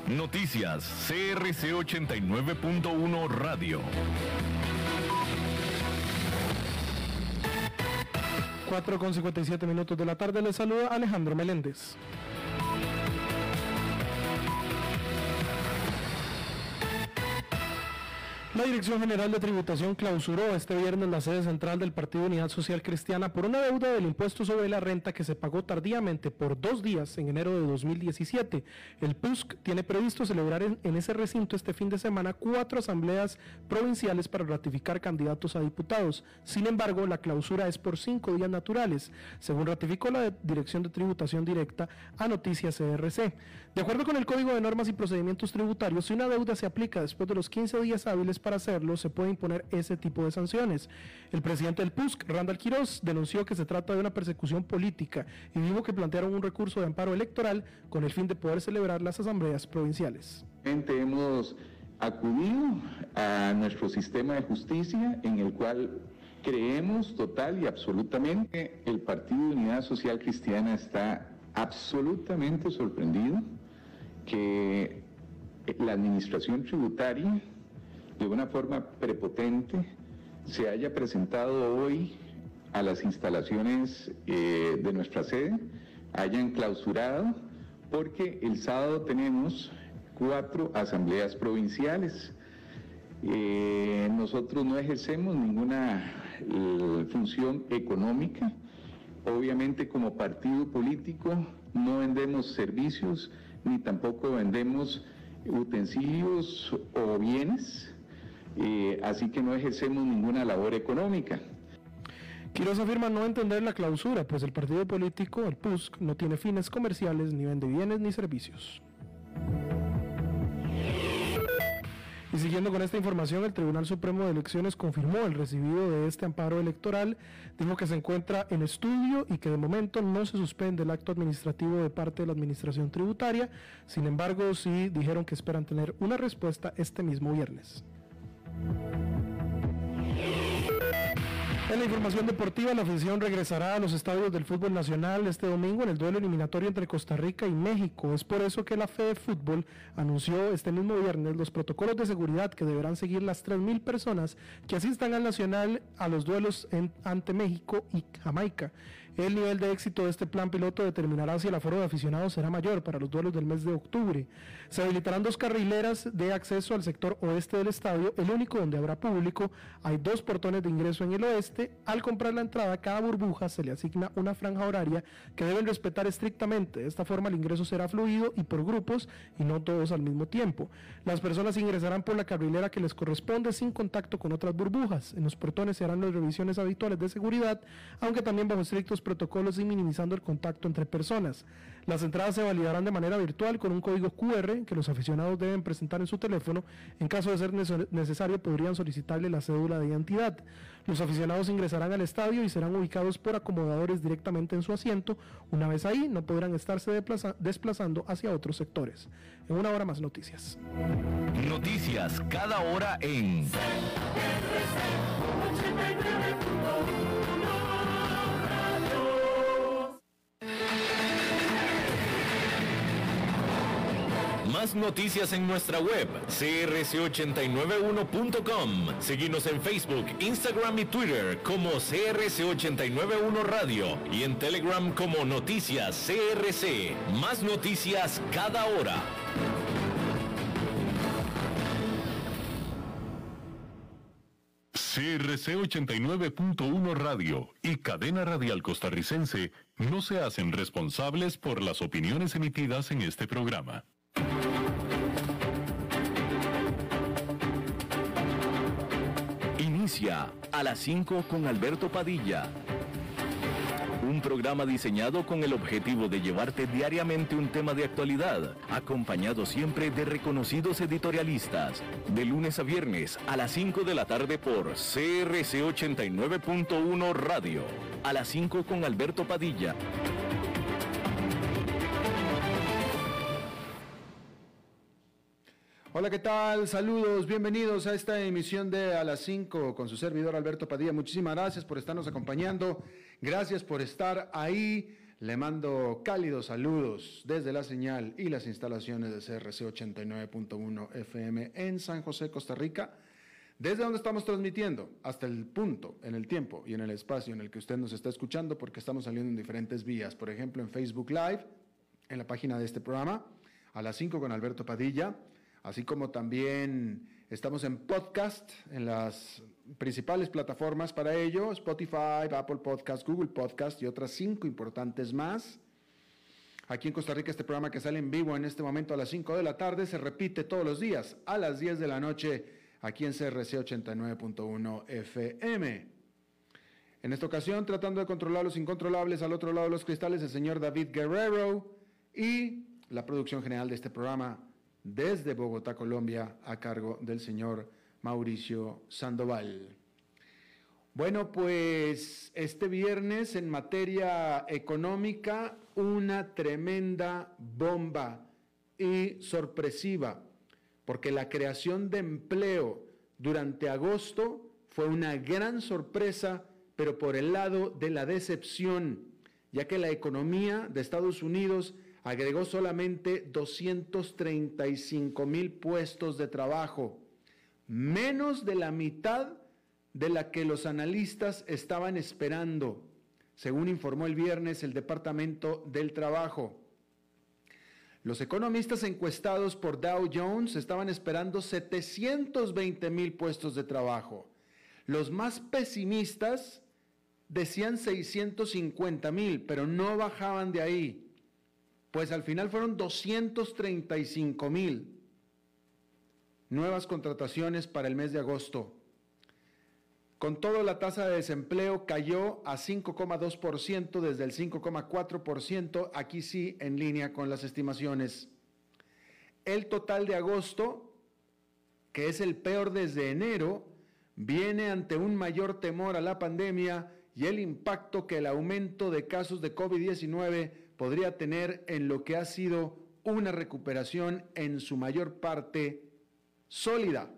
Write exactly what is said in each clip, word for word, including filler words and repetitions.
Noticias C R C ochenta y nueve punto uno Radio. cuatro con cincuenta y siete minutos de la tarde, les saluda Alejandro Meléndez. La Dirección General de Tributación clausuró este viernes la sede central del Partido Unidad Social Cristiana por una deuda del impuesto sobre la renta que se pagó tardíamente por dos días en enero de dos mil diecisiete. El P U S C tiene previsto celebrar en, en ese recinto este fin de semana cuatro asambleas provinciales para ratificar candidatos a diputados. Sin embargo, la clausura es por cinco días naturales, según ratificó la Dirección de Tributación Directa a Noticias C R C. De acuerdo con el Código de Normas y Procedimientos Tributarios, si una deuda se aplica después de los quince días hábiles para hacerlo, se puede imponer ese tipo de sanciones. El presidente del P U S C, Randall Quiroz, denunció que se trata de una persecución política y dijo que plantearon un recurso de amparo electoral con el fin de poder celebrar las asambleas provinciales. Hemos acudido a nuestro sistema de justicia, en el cual creemos total y absolutamente el Partido Unidad Social Cristiana está absolutamente sorprendido que la administración tributaria, de una forma prepotente, se haya presentado hoy a las instalaciones eh, de nuestra sede, hayan clausurado, porque el sábado tenemos cuatro asambleas provinciales. Eh, nosotros no ejercemos ninguna eh, función económica, obviamente como partido político no vendemos servicios, ni tampoco vendemos utensilios o bienes, Eh, así que no ejercemos ninguna labor económica. Quiroz afirma no entender la clausura, pues el partido político, el P U S C, no tiene fines comerciales, ni vende bienes ni servicios. Y siguiendo con esta información, el Tribunal Supremo de Elecciones confirmó el recibido de este amparo electoral, dijo que se encuentra en estudio y que de momento no se suspende el acto administrativo de parte de la Administración Tributaria. Sin embargo, sí dijeron que esperan tener una respuesta este mismo viernes. En la información deportiva, la afición regresará a los estadios del fútbol nacional este domingo en el duelo eliminatorio entre Costa Rica y México. Es por eso que la Fede Fútbol anunció este mismo viernes los protocolos de seguridad que deberán seguir las tres mil personas que asistan al Nacional a los duelos en, ante México y Jamaica. El nivel de éxito de este plan piloto determinará si el aforo de aficionados será mayor para los duelos del mes de octubre. Se habilitarán dos carrileras de acceso al sector oeste del estadio, el único donde habrá público. Hay dos portones de ingreso en el oeste. Al comprar la entrada, a cada burbuja se le asigna una franja horaria que deben respetar estrictamente. De esta forma el ingreso será fluido y por grupos y no todos al mismo tiempo. Las personas ingresarán por la carrilera que les corresponde sin contacto con otras burbujas. En los portones se harán las revisiones habituales de seguridad, aunque también bajo estrictos protocolos y minimizando el contacto entre personas. Las entradas se validarán de manera virtual con un código Q R que los aficionados deben presentar en su teléfono. En caso de ser necesario, podrían solicitarle la cédula de identidad. Los aficionados ingresarán al estadio y serán ubicados por acomodadores directamente en su asiento. Una vez ahí, no podrán estarse desplaza- desplazando hacia otros sectores. En una hora más, noticias. Noticias cada hora en Más noticias en nuestra web, C R C ochenta y nueve uno punto com. Seguimos en Facebook, Instagram y Twitter como C R C ochenta y nueve uno Radio y en Telegram como Noticias C R C. Más noticias cada hora. C R C ochenta y nueve punto uno Radio y Cadena Radial Costarricense no se hacen responsables por las opiniones emitidas en este programa. Inicia a las cinco con Alberto Padilla. Un programa diseñado con el objetivo de llevarte diariamente un tema de actualidad, acompañado siempre de reconocidos editorialistas, de lunes a viernes a las cinco de la tarde por C R C ochenta y nueve punto uno Radio. A las cinco con Alberto Padilla. Hola, ¿qué tal? Saludos, bienvenidos a esta emisión de A las cinco con su servidor Alberto Padilla. Muchísimas gracias por estarnos acompañando, gracias por estar ahí. Le mando cálidos saludos desde la señal y las instalaciones de C R C ochenta y nueve punto uno F M en San José, Costa Rica, desde donde estamos transmitiendo hasta el punto, en el tiempo y en el espacio en el que usted nos está escuchando, porque estamos saliendo en diferentes vías, por ejemplo en Facebook Live, en la página de este programa, a las cinco con Alberto Padilla, así como también estamos en podcast, en las principales plataformas para ello, Spotify, Apple Podcast, Google Podcast y otras cinco importantes más. Aquí en Costa Rica este programa que sale en vivo en este momento a las cinco de la tarde se repite todos los días a las diez de la noche aquí en C R C ochenta y nueve punto uno F M. En esta ocasión, tratando de controlar los incontrolables al otro lado de los cristales, el señor David Guerrero y la producción general de este programa desde Bogotá, Colombia, a cargo del señor Mauricio Sandoval. Bueno, pues este viernes en materia económica, una tremenda bomba y sorpresiva, porque la creación de empleo durante agosto fue una gran sorpresa, pero por el lado de la decepción, ya que la economía de Estados Unidos agregó solamente doscientos treinta y cinco mil puestos de trabajo, menos de la mitad de la que los analistas estaban esperando, según informó el viernes el Departamento del Trabajo. Los economistas encuestados por Dow Jones estaban esperando setecientos veinte mil puestos de trabajo. Los más pesimistas decían seiscientos cincuenta mil, pero no bajaban de ahí. Pues al final fueron doscientos treinta y cinco mil nuevas contrataciones para el mes de agosto. Con todo, la tasa de desempleo cayó a cinco coma dos por ciento desde el cinco coma cuatro por ciento, aquí sí en línea con las estimaciones. El total de agosto, que es el peor desde enero, viene ante un mayor temor a la pandemia y el impacto que el aumento de casos de COVID diecinueve podría tener en lo que ha sido una recuperación en su mayor parte sólida.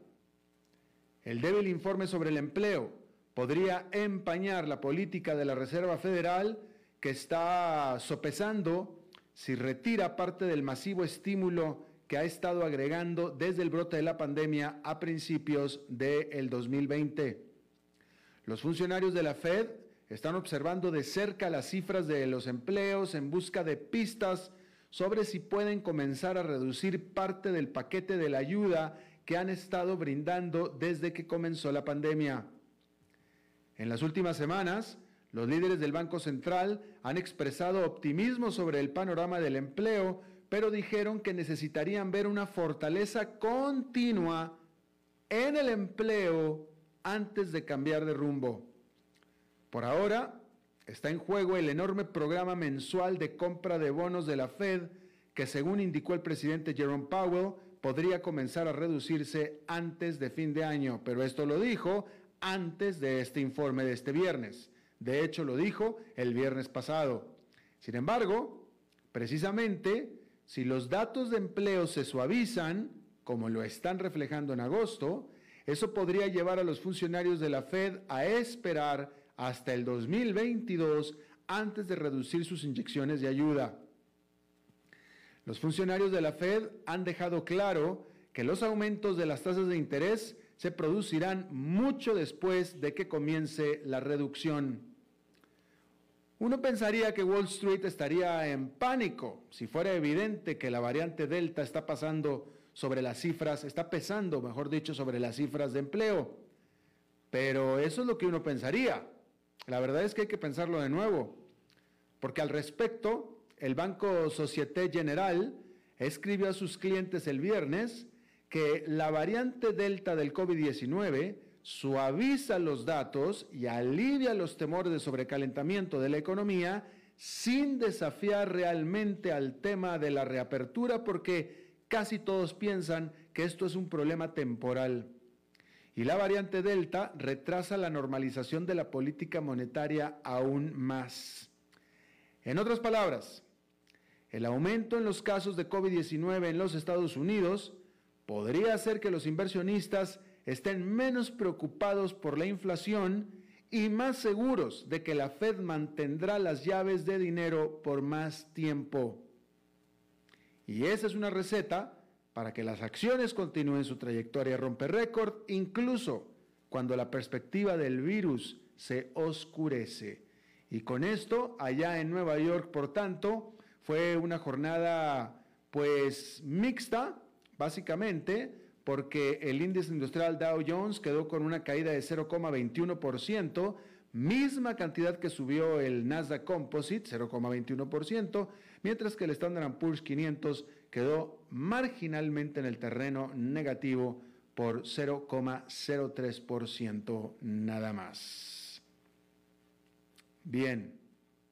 El débil informe sobre el empleo podría empañar la política de la Reserva Federal, que está sopesando si retira parte del masivo estímulo que ha estado agregando desde el brote de la pandemia a principios del dos mil veinte. Los funcionarios de la Fed están observando de cerca las cifras de los empleos en busca de pistas sobre si pueden comenzar a reducir parte del paquete de la ayuda que han estado brindando desde que comenzó la pandemia. En las últimas semanas, los líderes del Banco Central han expresado optimismo sobre el panorama del empleo, pero dijeron que necesitarían ver una fortaleza continua en el empleo antes de cambiar de rumbo. Por ahora, está en juego el enorme programa mensual de compra de bonos de la Fed, que según indicó el presidente Jerome Powell, podría comenzar a reducirse antes de fin de año, pero esto lo dijo antes de este informe de este viernes. De hecho, lo dijo el viernes pasado. Sin embargo, precisamente, si los datos de empleo se suavizan, como lo están reflejando en agosto, eso podría llevar a los funcionarios de la Fed a esperar hasta el dos mil veintidós antes de reducir sus inyecciones de ayuda. Los funcionarios de la Fed han dejado claro que los aumentos de las tasas de interés se producirán mucho después de que comience la reducción. Uno pensaría que Wall Street estaría en pánico si fuera evidente que la variante Delta está pasando sobre las cifras, está pesando, mejor dicho, sobre las cifras de empleo. Pero eso es lo que uno pensaría. La verdad es que hay que pensarlo de nuevo, porque al respecto, el banco Société Générale escribió a sus clientes el viernes que la variante Delta del COVID diecinueve suaviza los datos y alivia los temores de sobrecalentamiento de la economía sin desafiar realmente al tema de la reapertura, porque casi todos piensan que esto es un problema temporal. Y la variante Delta retrasa la normalización de la política monetaria aún más. En otras palabras, el aumento en los casos de COVID diecinueve en los Estados Unidos podría hacer que los inversionistas estén menos preocupados por la inflación y más seguros de que la Fed mantendrá las llaves de dinero por más tiempo. Y esa es una receta para que las acciones continúen su trayectoria romper récord, incluso cuando la perspectiva del virus se oscurece. Y con esto, allá en Nueva York, por tanto, fue una jornada pues mixta, básicamente, porque el índice industrial Dow Jones quedó con una caída de cero coma veintiuno por ciento, misma cantidad que subió el Nasdaq Composite, cero coma veintiuno por ciento, mientras que el Standard and Poor's quinientos quedó marginalmente en el terreno negativo por cero coma cero tres por ciento nada más. Bien.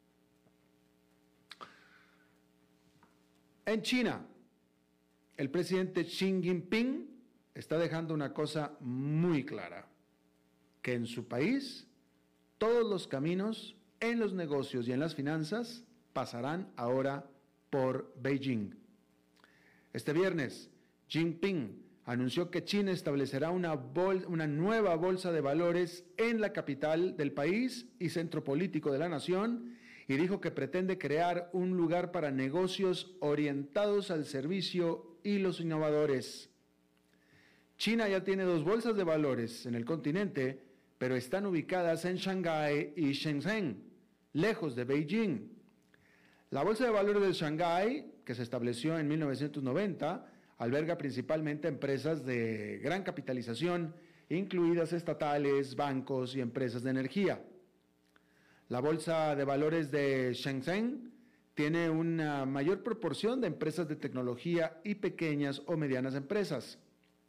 En China, el presidente Xi Jinping está dejando una cosa muy clara, que en su país todos los caminos en los negocios y en las finanzas pasarán ahora por Beijing. Este viernes, Jinping anunció que China establecerá una, bol- una nueva bolsa de valores en la capital del país y centro político de la nación, y dijo que pretende crear un lugar para negocios orientados al servicio y los innovadores. China ya tiene dos bolsas de valores en el continente, pero están ubicadas en Shanghái y Shenzhen, lejos de Beijing. La Bolsa de Valores de Shanghái, que se estableció en mil novecientos noventa, alberga principalmente empresas de gran capitalización, incluidas estatales, bancos y empresas de energía. La Bolsa de Valores de Shenzhen tiene una mayor proporción de empresas de tecnología y pequeñas o medianas empresas.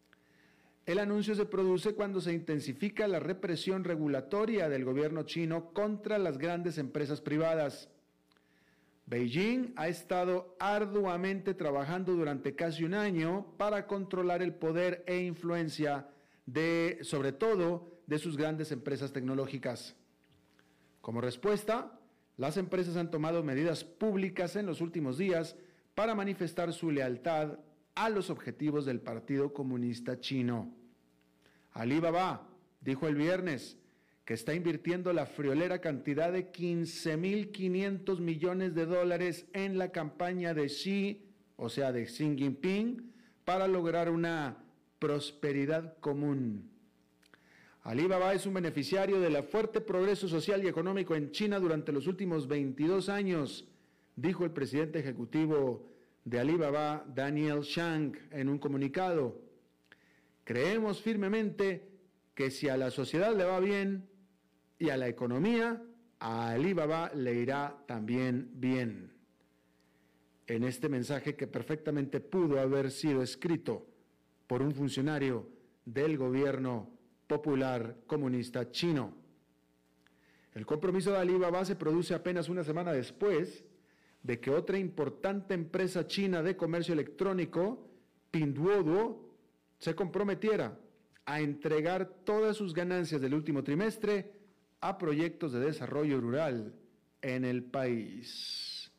El anuncio se produce cuando se intensifica la represión regulatoria del gobierno chino contra las grandes empresas privadas. Beijing ha estado arduamente trabajando durante casi un año para controlar el poder e influencia de, sobre todo, de sus grandes empresas tecnológicas. Como respuesta, las empresas han tomado medidas públicas en los últimos días para manifestar su lealtad a los objetivos del Partido Comunista Chino. Alibaba dijo el viernes que está invirtiendo la friolera cantidad de quince mil quinientos millones de dólares en la campaña de Xi, o sea, de Xi Jinping, para lograr una prosperidad común. Alibaba es un beneficiario del fuerte progreso social y económico en China durante los últimos veintidós años, dijo el presidente ejecutivo de Alibaba, Daniel Zhang, en un comunicado. Creemos firmemente que si a la sociedad le va bien y a la economía, a Alibaba le irá también bien. En este mensaje que perfectamente pudo haber sido escrito por un funcionario del gobierno popular comunista chino. El compromiso de Alibaba se produce apenas una semana después de que otra importante empresa china de comercio electrónico, Pinduoduo, se comprometiera a entregar todas sus ganancias del último trimestre a proyectos de desarrollo rural en el país.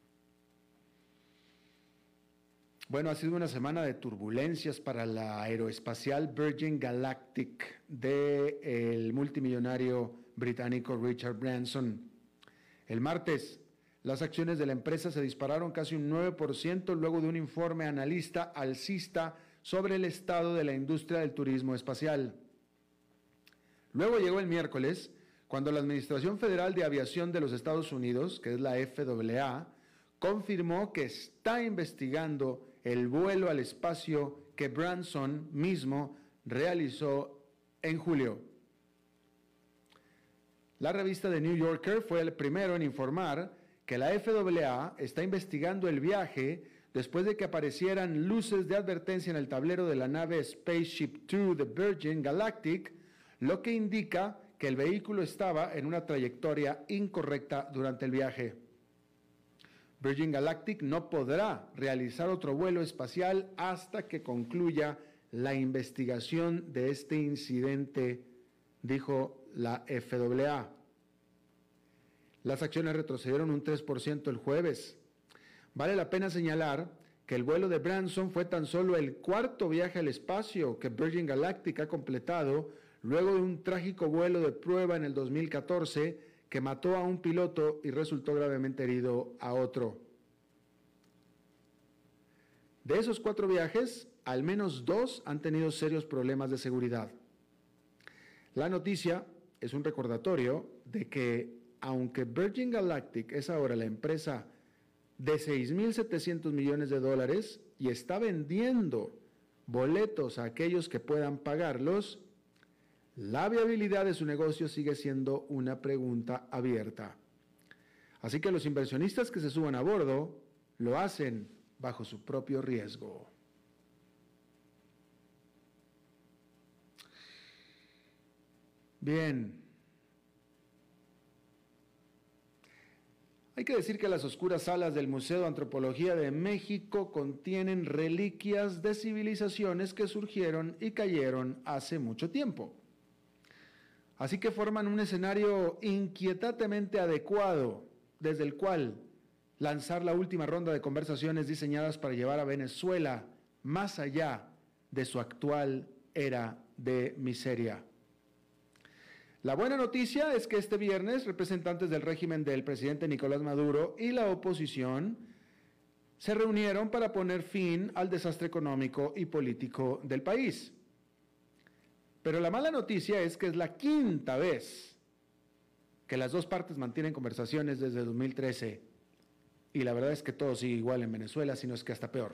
Bueno, ha sido una semana de turbulencias para la aeroespacial Virgin Galactic del multimillonario británico Richard Branson. El martes, las acciones de la empresa se dispararon casi un nueve por ciento luego de un informe analista alcista sobre el estado de la industria del turismo espacial. Luego llegó el miércoles, cuando la Administración Federal de Aviación de los Estados Unidos, que es la F A A, confirmó que está investigando el vuelo al espacio que Branson mismo realizó en julio. La revista The New Yorker fue el primero en informar que la F A A está investigando el viaje después de que aparecieran luces de advertencia en el tablero de la nave Spaceship dos de Virgin Galactic, lo que indica que el vehículo estaba en una trayectoria incorrecta durante el viaje. Virgin Galactic no podrá realizar otro vuelo espacial hasta que concluya la investigación de este incidente, dijo la F A A. Las acciones retrocedieron un tres por ciento el jueves. Vale la pena señalar que el vuelo de Branson fue tan solo el cuarto viaje al espacio que Virgin Galactic ha completado luego de un trágico vuelo de prueba en el dos mil catorce que mató a un piloto y resultó gravemente herido a otro. De esos cuatro viajes, al menos dos han tenido serios problemas de seguridad. La noticia es un recordatorio de que, aunque Virgin Galactic es ahora la empresa de seis mil setecientos millones de dólares y está vendiendo boletos a aquellos que puedan pagarlos, la viabilidad de su negocio sigue siendo una pregunta abierta. Así que los inversionistas que se suban a bordo lo hacen bajo su propio riesgo. Bien. Hay que decir que las oscuras salas del Museo de Antropología de México contienen reliquias de civilizaciones que surgieron y cayeron hace mucho tiempo. Así que forman un escenario inquietantemente adecuado desde el cual lanzar la última ronda de conversaciones diseñadas para llevar a Venezuela más allá de su actual era de miseria. La buena noticia es que este viernes representantes del régimen del presidente Nicolás Maduro y la oposición se reunieron para poner fin al desastre económico y político del país. Pero la mala noticia es que es la quinta vez que las dos partes mantienen conversaciones desde dos mil trece y la verdad es que todo sigue igual en Venezuela, sino es que hasta peor.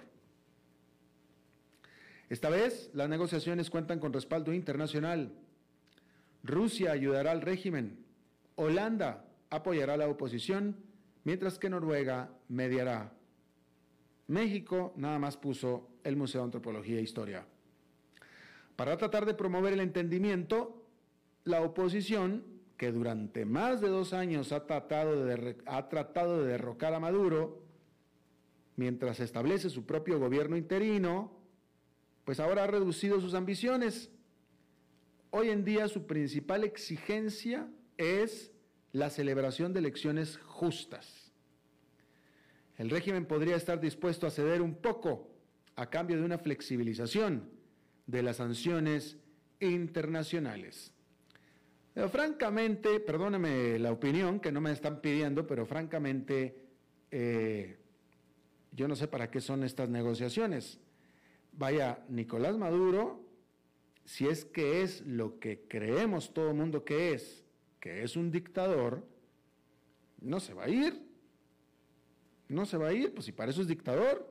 Esta vez las negociaciones cuentan con respaldo internacional. Rusia ayudará al régimen, Holanda apoyará a la oposición, mientras que Noruega mediará. México nada más puso el Museo de Antropología e Historia. Para tratar de promover el entendimiento, la oposición, que durante más de dos años ha tratado de, ha tratado de derrocar a Maduro, mientras establece su propio gobierno interino, pues ahora ha reducido sus ambiciones. Hoy en día su principal exigencia es la celebración de elecciones justas. El régimen podría estar dispuesto a ceder un poco a cambio de una flexibilización de las sanciones internacionales. Pero francamente, perdóneme la opinión que no me están pidiendo, pero francamente eh, yo no sé para qué son estas negociaciones. Vaya, Nicolás Maduro, si es que es lo que creemos todo el mundo que es, que es un dictador, no se va a ir. No se va a ir, pues si para eso es dictador.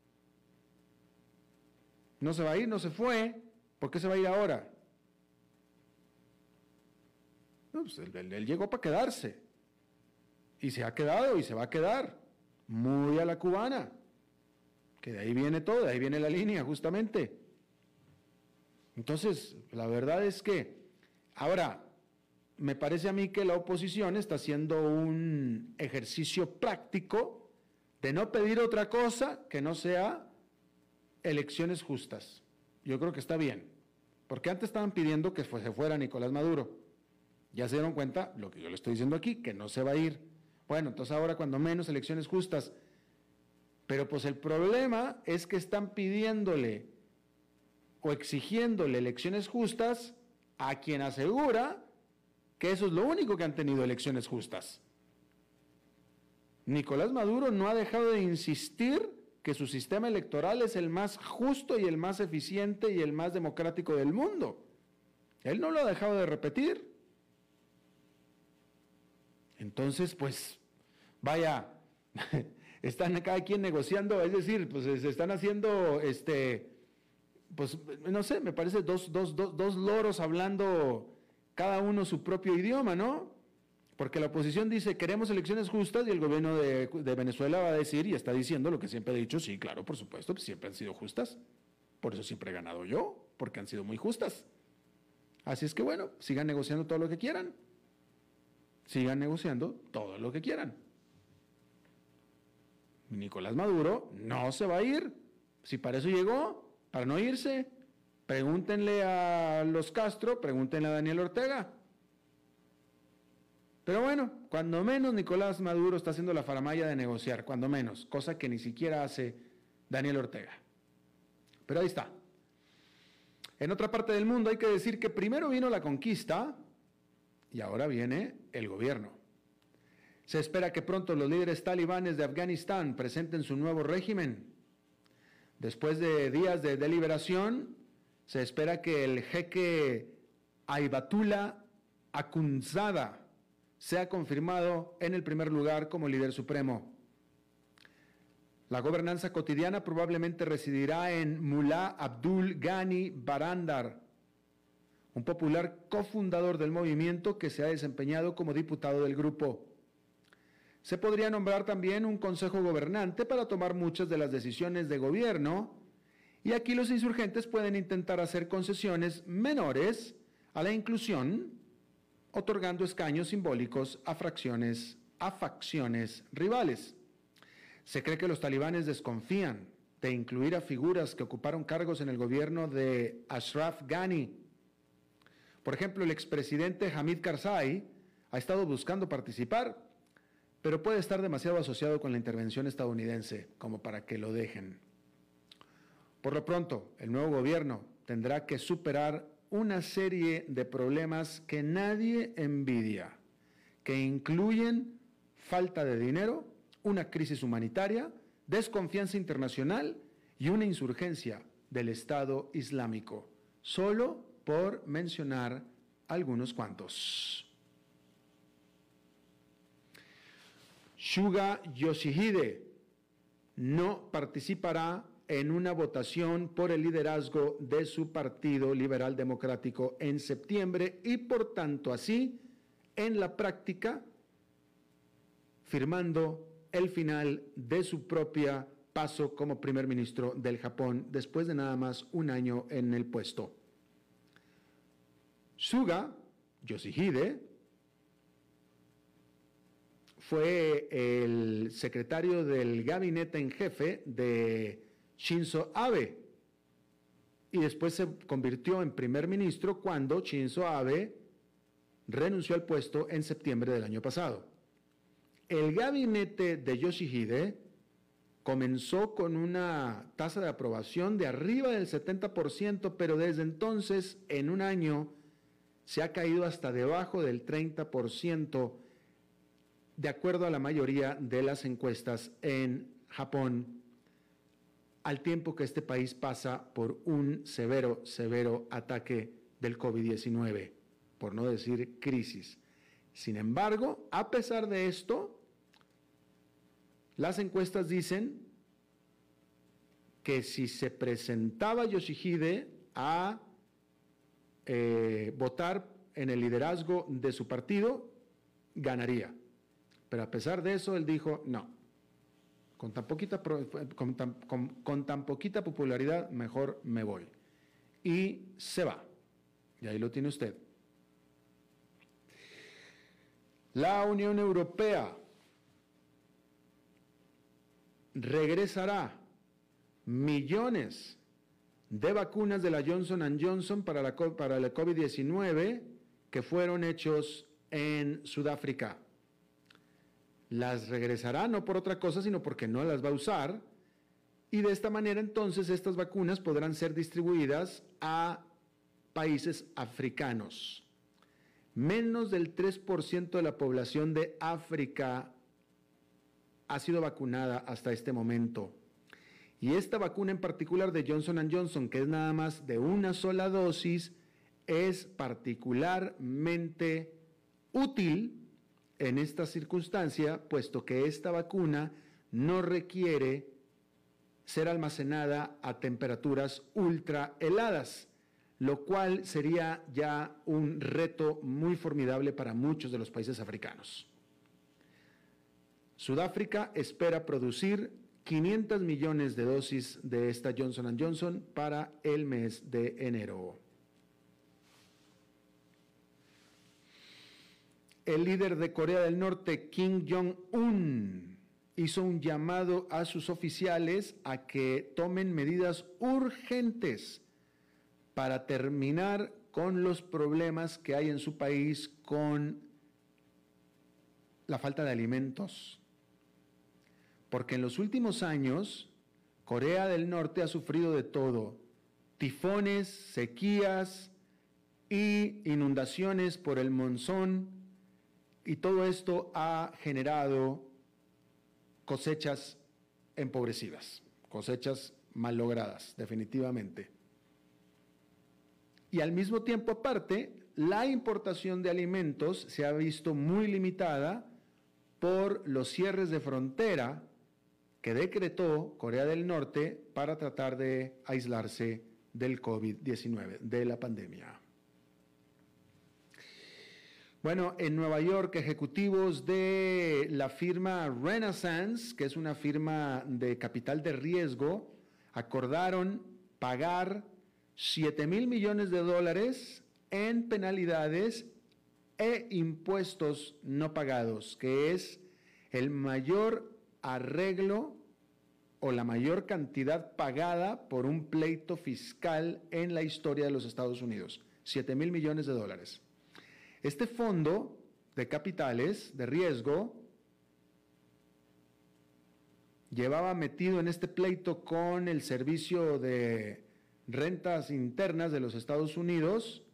No se va a ir, no se fue. ¿Por qué se va a ir ahora? No, pues él, él, él llegó para quedarse. Y se ha quedado y se va a quedar. Muy a la cubana. Que de ahí viene todo, de ahí viene la línea, justamente. Entonces, la verdad es que, ahora, me parece a mí que la oposición está haciendo un ejercicio práctico de no pedir otra cosa que no sea elecciones justas. Yo creo que está bien, porque antes estaban pidiendo que se fuera Nicolás Maduro. Ya se dieron cuenta, lo que yo le estoy diciendo aquí, que no se va a ir. Bueno, entonces ahora cuando menos elecciones justas. Pero pues el problema es que están pidiéndole o exigiéndole elecciones justas a quien asegura que eso es lo único que han tenido, elecciones justas. Nicolás Maduro no ha dejado de insistir que su sistema electoral es el más justo y el más eficiente y el más democrático del mundo. Él no lo ha dejado de repetir. Entonces, pues, vaya, están cada quien negociando, es decir, pues se están haciendo, este, pues, no sé, me parece dos, dos, dos, dos loros hablando cada uno su propio idioma, ¿no? Porque la oposición dice, queremos elecciones justas, y el gobierno de, de Venezuela va a decir, y está diciendo lo que siempre he dicho, sí, claro, por supuesto, pues siempre han sido justas. Por eso siempre he ganado yo, porque han sido muy justas. Así es que bueno, sigan negociando todo lo que quieran. Sigan negociando todo lo que quieran. Nicolás Maduro no se va a ir. Si para eso llegó, para no irse, pregúntenle a los Castro, pregúntenle a Daniel Ortega. Pero bueno, cuando menos Nicolás Maduro está haciendo la faramalla de negociar, cuando menos, cosa que ni siquiera hace Daniel Ortega. Pero ahí está. En otra parte del mundo hay que decir que primero vino la conquista y ahora viene el gobierno. Se espera que pronto los líderes talibanes de Afganistán presenten su nuevo régimen. Después de días de deliberación, se espera que el jeque Ayatollah Akhundzada sea confirmado en el primer lugar como líder supremo. La gobernanza cotidiana probablemente residirá en Mullah Abdul Ghani Barandar, un popular cofundador del movimiento que se ha desempeñado como diputado del grupo. Se podría nombrar también un consejo gobernante para tomar muchas de las decisiones de gobierno, y aquí los insurgentes pueden intentar hacer concesiones menores a la inclusión, otorgando escaños simbólicos a fracciones, a facciones rivales. Se cree que los talibanes desconfían de incluir a figuras que ocuparon cargos en el gobierno de Ashraf Ghani. Por ejemplo, el expresidente Hamid Karzai ha estado buscando participar, pero puede estar demasiado asociado con la intervención estadounidense como para que lo dejen. Por lo pronto, el nuevo gobierno tendrá que superar una serie de problemas que nadie envidia, que incluyen falta de dinero, una crisis humanitaria, desconfianza internacional y una insurgencia del Estado Islámico, solo por mencionar algunos cuantos. Suga Yoshihide no participará en una votación por el liderazgo de su Partido Liberal Democrático en septiembre y por tanto así, en la práctica, firmando el final de su propia paso como primer ministro del Japón después de nada más un año en el puesto. Suga Yoshihide fue el secretario del gabinete en jefe de Shinzo Abe y después se convirtió en primer ministro cuando Shinzo Abe renunció al puesto en septiembre del año pasado. El gabinete de Yoshihide comenzó con una tasa de aprobación de arriba del setenta por ciento, pero desde entonces, en un año, se ha caído hasta debajo del treinta por ciento, de acuerdo a la mayoría de las encuestas en Japón, al tiempo que este país pasa por un severo, severo ataque del COVID diecinueve, por no decir crisis. Sin embargo, a pesar de esto, las encuestas dicen que si se presentaba Yoshihide a eh, votar en el liderazgo de su partido, ganaría. Pero a pesar de eso, él dijo, no, con tan poquita, con tan, con, con tan poquita popularidad, mejor me voy. Y se va. Y ahí lo tiene usted. La Unión Europea regresará millones de vacunas de la Johnson and Johnson para la, para el COVID diecinueve que fueron hechos en Sudáfrica. Las regresará no por otra cosa, sino porque no las va a usar, y de esta manera entonces estas vacunas podrán ser distribuidas a países africanos. Menos del tres por ciento de la población de África ha sido vacunada hasta este momento. Y esta vacuna en particular de Johnson and Johnson, que es nada más de una sola dosis, es particularmente útil en esta circunstancia, puesto que esta vacuna no requiere ser almacenada a temperaturas ultra heladas, lo cual sería ya un reto muy formidable para muchos de los países africanos. Sudáfrica espera producir quinientos millones de dosis de esta Johnson and Johnson para el mes de enero. El líder de Corea del Norte, Kim Jong-un, hizo un llamado a sus oficiales a que tomen medidas urgentes para terminar con los problemas que hay en su país con la falta de alimentos. Porque en los últimos años, Corea del Norte ha sufrido de todo: tifones, sequías y inundaciones por el monzón, y todo esto ha generado cosechas empobrecidas, cosechas mal logradas, definitivamente. Y al mismo tiempo, aparte, la importación de alimentos se ha visto muy limitada por los cierres de frontera que decretó Corea del Norte para tratar de aislarse del COVID diecinueve, de la pandemia. Bueno, en Nueva York, ejecutivos de la firma Renaissance, que es una firma de capital de riesgo, acordaron pagar siete mil millones de dólares en penalidades e impuestos no pagados, que es el mayor arreglo o la mayor cantidad pagada por un pleito fiscal en la historia de los Estados Unidos, siete mil millones de dólares. Este fondo de capitales de riesgo llevaba metido en este pleito con el Servicio de Rentas Internas de los Estados Unidos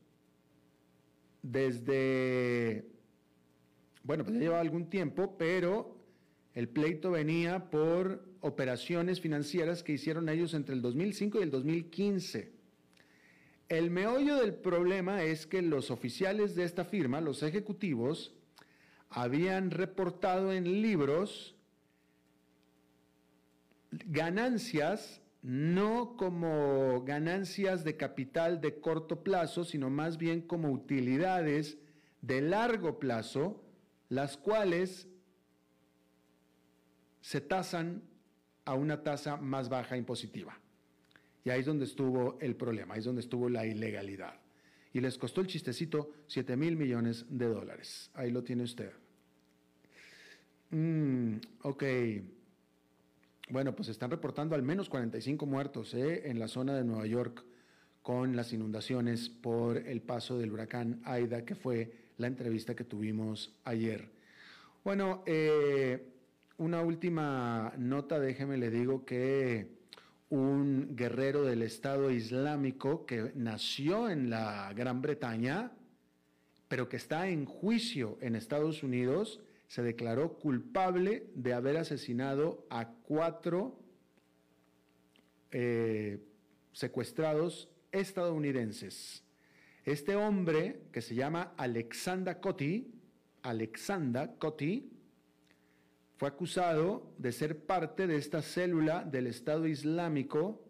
desde, bueno, pues ya llevaba algún tiempo, pero el pleito venía por operaciones financieras que hicieron ellos entre el dos mil cinco y el dos mil quince. El meollo del problema es que los oficiales de esta firma, los ejecutivos, habían reportado en libros ganancias, no como ganancias de capital de corto plazo, sino más bien como utilidades de largo plazo, las cuales se tasan a una tasa más baja impositiva. Y ahí es donde estuvo el problema, ahí es donde estuvo la ilegalidad. Y les costó el chistecito siete mil millones de dólares. Ahí lo tiene usted. Mm, ok. Bueno, pues están reportando al menos cuarenta y cinco muertos ¿eh? en la zona de Nueva York con las inundaciones por el paso del huracán Aida, que fue la entrevista que tuvimos ayer. Bueno, eh, una última nota, déjeme le digo que un guerrero del Estado Islámico que nació en la Gran Bretaña, pero que está en juicio en Estados Unidos, se declaró culpable de haber asesinado a cuatro eh, secuestrados estadounidenses. Este hombre, que se llama Alexander Coty, Alexander Coty, fue acusado de ser parte de esta célula del Estado Islámico,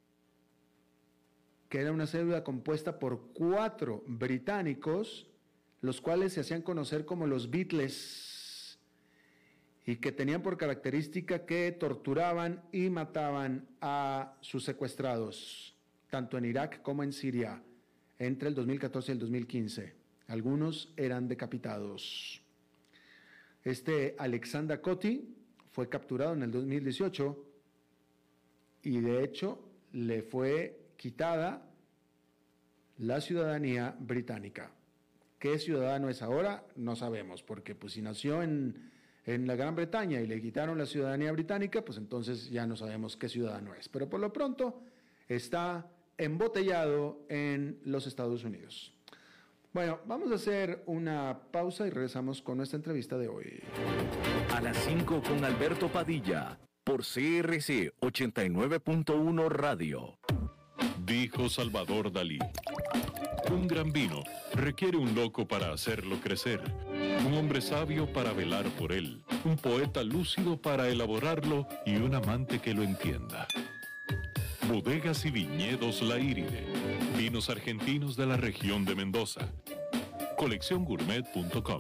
que era una célula compuesta por cuatro británicos, los cuales se hacían conocer como los Beatles, y que tenían por característica que torturaban y mataban a sus secuestrados, tanto en Irak como en Siria, entre el dos mil catorce y el dos mil quince. Algunos eran decapitados. Este Alexander Coty fue capturado en el dos mil dieciocho y de hecho le fue quitada la ciudadanía británica. ¿Qué ciudadano es ahora? No sabemos, porque pues si nació en, en la Gran Bretaña y le quitaron la ciudadanía británica, pues entonces ya no sabemos qué ciudadano es. Pero por lo pronto está embotellado en los Estados Unidos. Bueno, vamos a hacer una pausa y regresamos con nuestra entrevista de hoy. A las cinco con Alberto Padilla, por C R C ochenta y nueve punto uno Radio. Dijo Salvador Dalí: un gran vino requiere un loco para hacerlo crecer, un hombre sabio para velar por él, un poeta lúcido para elaborarlo y un amante que lo entienda. Bodegas y viñedos La Iride, vinos argentinos de la región de Mendoza. colección gourmet punto com.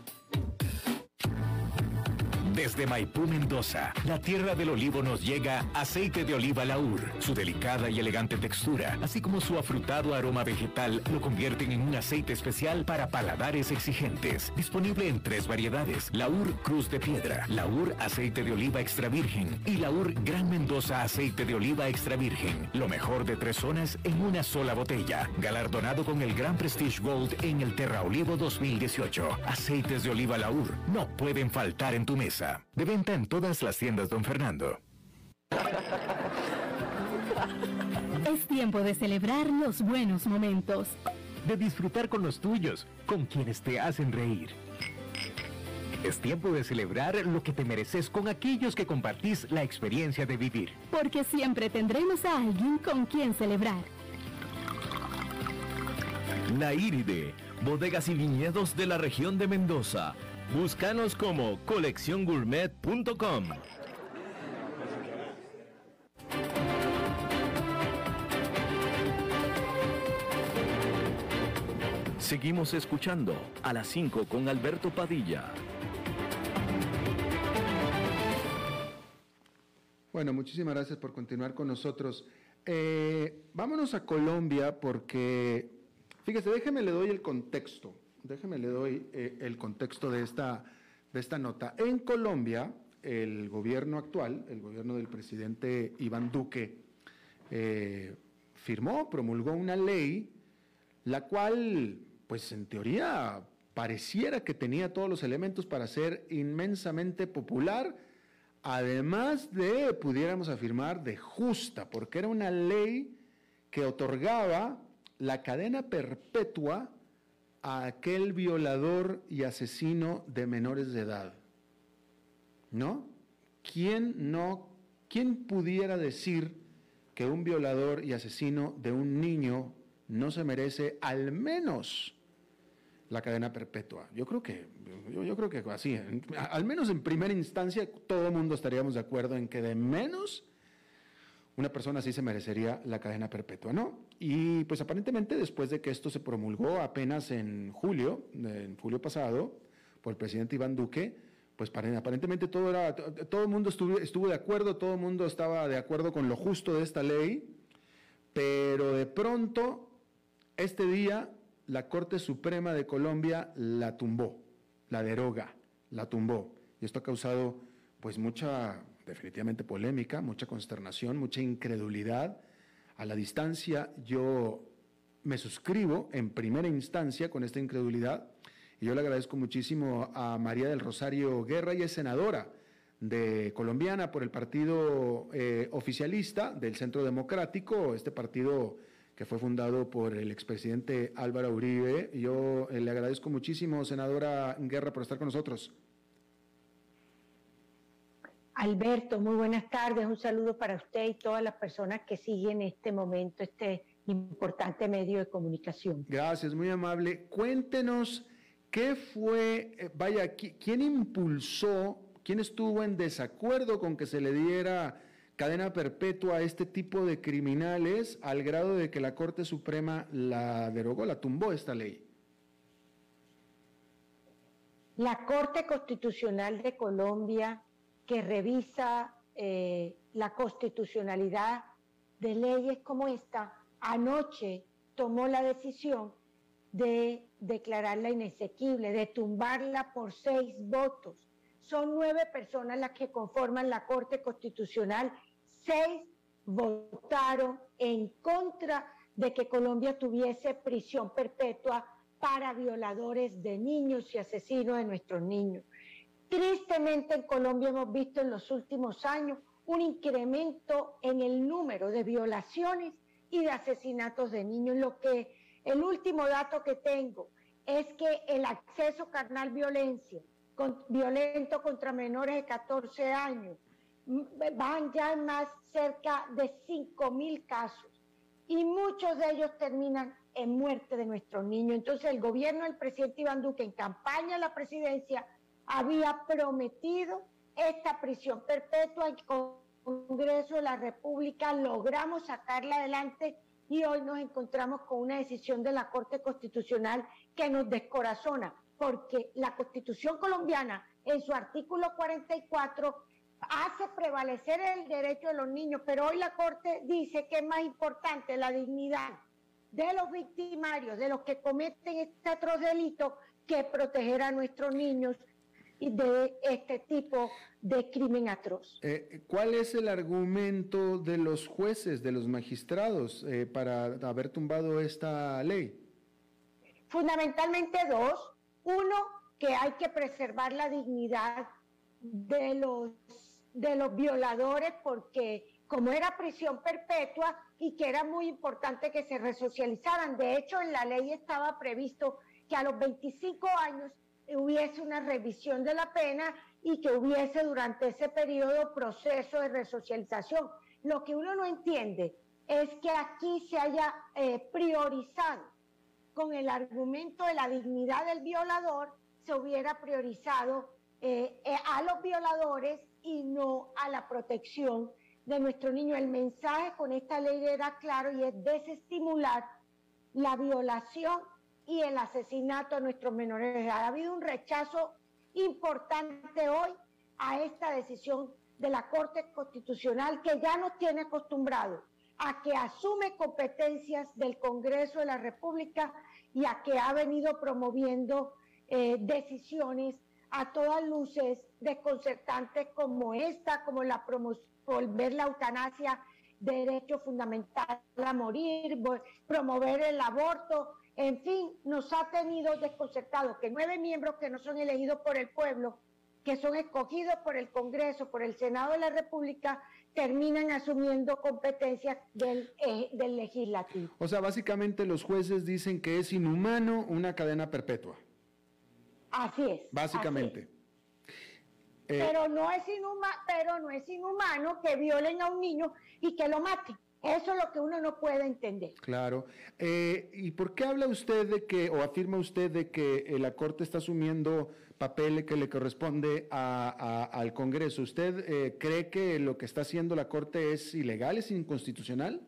Desde Maipú, Mendoza, la tierra del olivo, nos llega aceite de oliva Laur. Su delicada y elegante textura, así como su afrutado aroma vegetal, lo convierten en un aceite especial para paladares exigentes. Disponible en tres variedades: Laur Cruz de Piedra, Laur Aceite de Oliva Extra Virgen y Laur Gran Mendoza Aceite de Oliva Extra Virgen. Lo mejor de tres zonas en una sola botella. Galardonado con el Gran Prestige Gold en el Terra Olivo dos mil dieciocho. Aceites de oliva Laur no pueden faltar en tu mesa. De venta en todas las tiendas Don Fernando. Es tiempo de celebrar los buenos momentos. De disfrutar con los tuyos, con quienes te hacen reír. Es tiempo de celebrar lo que te mereces con aquellos que compartís la experiencia de vivir. Porque siempre tendremos a alguien con quien celebrar. La Iride, bodegas y viñedos de la región de Mendoza. Búscanos como colección gourmet punto com. Seguimos escuchando a las cinco con Alberto Padilla. Bueno, muchísimas gracias por continuar con nosotros. Eh, vámonos a Colombia porque, fíjese, déjeme le doy el contexto, déjeme le doy eh, el contexto de esta, de esta nota. En Colombia, el gobierno actual, el gobierno del presidente Iván Duque, eh, firmó, promulgó una ley, la cual, pues en teoría, pareciera que tenía todos los elementos para ser inmensamente popular, además de, pudiéramos afirmar, de justa, porque era una ley que otorgaba la cadena perpetua a aquel violador y asesino de menores de edad. ¿No? ¿Quién no, quién pudiera decir que un violador y asesino de un niño no se merece al menos la cadena perpetua? Yo creo que, yo, yo creo que así, en, al menos en primera instancia, todo el mundo estaríamos de acuerdo en que de menos una persona así se merecería la cadena perpetua, ¿no? Y pues aparentemente después de que esto se promulgó apenas en julio, en julio pasado, por el presidente Iván Duque, pues aparentemente todo era, todo el mundo estuvo, estuvo de acuerdo, todo el mundo estaba de acuerdo con lo justo de esta ley, pero de pronto, este día, la Corte Suprema de Colombia la tumbó, la deroga, la tumbó. Y esto ha causado pues mucha, definitivamente polémica, mucha consternación, mucha incredulidad. A la distancia yo me suscribo en primera instancia con esta incredulidad y yo le agradezco muchísimo a María del Rosario Guerra, ella es senadora de colombiana por el partido eh, oficialista del Centro Democrático, este partido que fue fundado por el expresidente Álvaro Uribe. Yo eh, le agradezco muchísimo, senadora Guerra, por estar con nosotros. Alberto, muy buenas tardes, un saludo para usted y todas las personas que siguen este momento, este importante medio de comunicación. Gracias, muy amable. Cuéntenos qué fue, eh, vaya, ¿quién impulsó, quién estuvo en desacuerdo con que se le diera cadena perpetua a este tipo de criminales al grado de que la Corte Suprema la derogó, la tumbó esta ley? La Corte Constitucional de Colombia, que revisa eh, la constitucionalidad de leyes como esta, anoche tomó la decisión de declararla inexequible, de tumbarla por seis votos. Son nueve personas las que conforman la Corte Constitucional, seis votaron en contra de que Colombia tuviese prisión perpetua para violadores de niños y asesinos de nuestros niños. Tristemente en Colombia hemos visto en los últimos años un incremento en el número de violaciones y de asesinatos de niños. Lo que el último dato que tengo es que el acceso carnal violencia, con, violento contra menores de catorce años, van ya en más cerca de cinco mil casos y muchos de ellos terminan en muerte de nuestros niños. Entonces el gobierno del presidente Iván Duque en campaña a la presidencia había prometido esta prisión perpetua. El Congreso de la República logramos sacarla adelante y hoy nos encontramos con una decisión de la Corte Constitucional que nos descorazona, porque la Constitución colombiana en su artículo cuarenta y cuatro hace prevalecer el derecho de los niños, pero hoy la Corte dice que es más importante la dignidad de los victimarios, de los que cometen este atroz delito, que proteger a nuestros niños de este tipo de crimen atroz. Eh, ¿Cuál es el argumento de los jueces, de los magistrados, eh, para haber tumbado esta ley? Fundamentalmente dos. Uno, que hay que preservar la dignidad de los, de los violadores, porque como era prisión perpetua y que era muy importante que se resocializaran. De hecho, en la ley estaba previsto que a los veinticinco años hubiese una revisión de la pena y que hubiese durante ese periodo proceso de resocialización. Lo que uno no entiende es que aquí se haya eh, priorizado, con el argumento de la dignidad del violador, se hubiera priorizado eh, eh, a los violadores y no a la protección de nuestro niño. El mensaje con esta ley era claro y es desestimular la violación y el asesinato de nuestros menores de edad. Ha habido un rechazo importante hoy a esta decisión de la Corte Constitucional, que ya nos tiene acostumbrados a que asume competencias del Congreso de la República y a que ha venido promoviendo eh, decisiones a todas luces desconcertantes como esta, como la promoción, volver la eutanasia derecho fundamental a morir, promover el aborto, en fin, nos ha tenido desconcertados que nueve miembros que no son elegidos por el pueblo, que son escogidos por el Congreso, por el Senado de la República, terminan asumiendo competencias del, eh, del legislativo. O sea, básicamente los jueces dicen que es inhumano una cadena perpetua. Así es. Básicamente. Así es. Eh, pero, no es inhuma, pero no es inhumano que violen a un niño y que lo maten. Eso es lo que uno no puede entender. Claro. Eh, ¿Y por qué habla usted de que, o afirma usted de que eh, la Corte está asumiendo papel que le corresponde a, a, al Congreso? ¿Usted eh, cree que lo que está haciendo la Corte es ilegal, es inconstitucional?